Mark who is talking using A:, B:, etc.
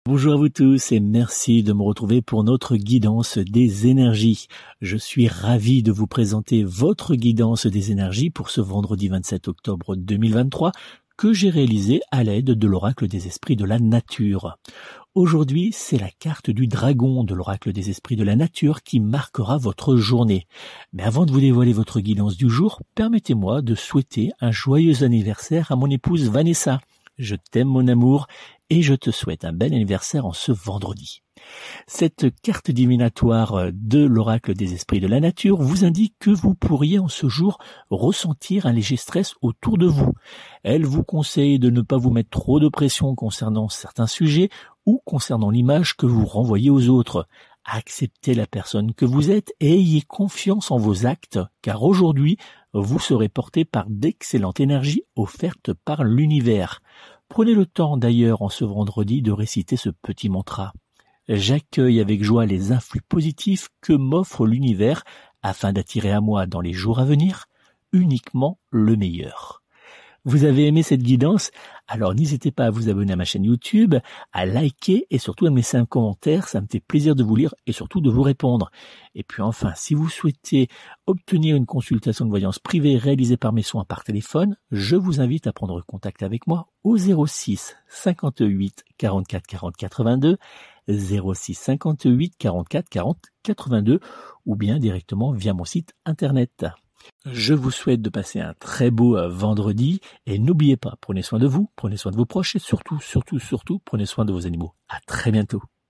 A: Bonjour à vous tous et merci de me retrouver pour notre guidance des énergies. Je suis ravi de vous présenter votre guidance des énergies pour ce vendredi 27 octobre 2023 que j'ai réalisé à l'aide de l'oracle des esprits de la nature. Aujourd'hui, c'est la carte du dragon de l'oracle des esprits de la nature qui marquera votre journée. Mais avant de vous dévoiler votre guidance du jour, permettez-moi de souhaiter un joyeux anniversaire à mon épouse Vanessa. Je t'aime mon amour et je te souhaite un bel anniversaire en ce vendredi. Cette carte divinatoire de l'oracle des esprits de la nature vous indique que vous pourriez en ce jour ressentir un léger stress autour de vous. Elle vous conseille de ne pas vous mettre trop de pression concernant certains sujets ou concernant l'image que vous renvoyez aux autres. Acceptez la personne que vous êtes et ayez confiance en vos actes, car aujourd'hui, vous serez porté par d'excellentes énergies offertes par l'univers. Prenez le temps d'ailleurs en ce vendredi de réciter ce petit mantra. J'accueille avec joie les influx positifs que m'offre l'univers afin d'attirer à moi dans les jours à venir uniquement le meilleur. Vous avez aimé cette guidance? Alors n'hésitez pas à vous abonner à ma chaîne YouTube, à liker et surtout à me laisser un commentaire, ça me fait plaisir de vous lire et surtout de vous répondre. Et puis enfin, si vous souhaitez obtenir une consultation de voyance privée réalisée par mes soins par téléphone, je vous invite à prendre contact avec moi au 06 58 44 40 82, 06 58 44 40 82 ou bien directement via mon site internet. Je vous souhaite de passer un très beau vendredi et n'oubliez pas, prenez soin de vous, prenez soin de vos proches et surtout, prenez soin de vos animaux. À très bientôt.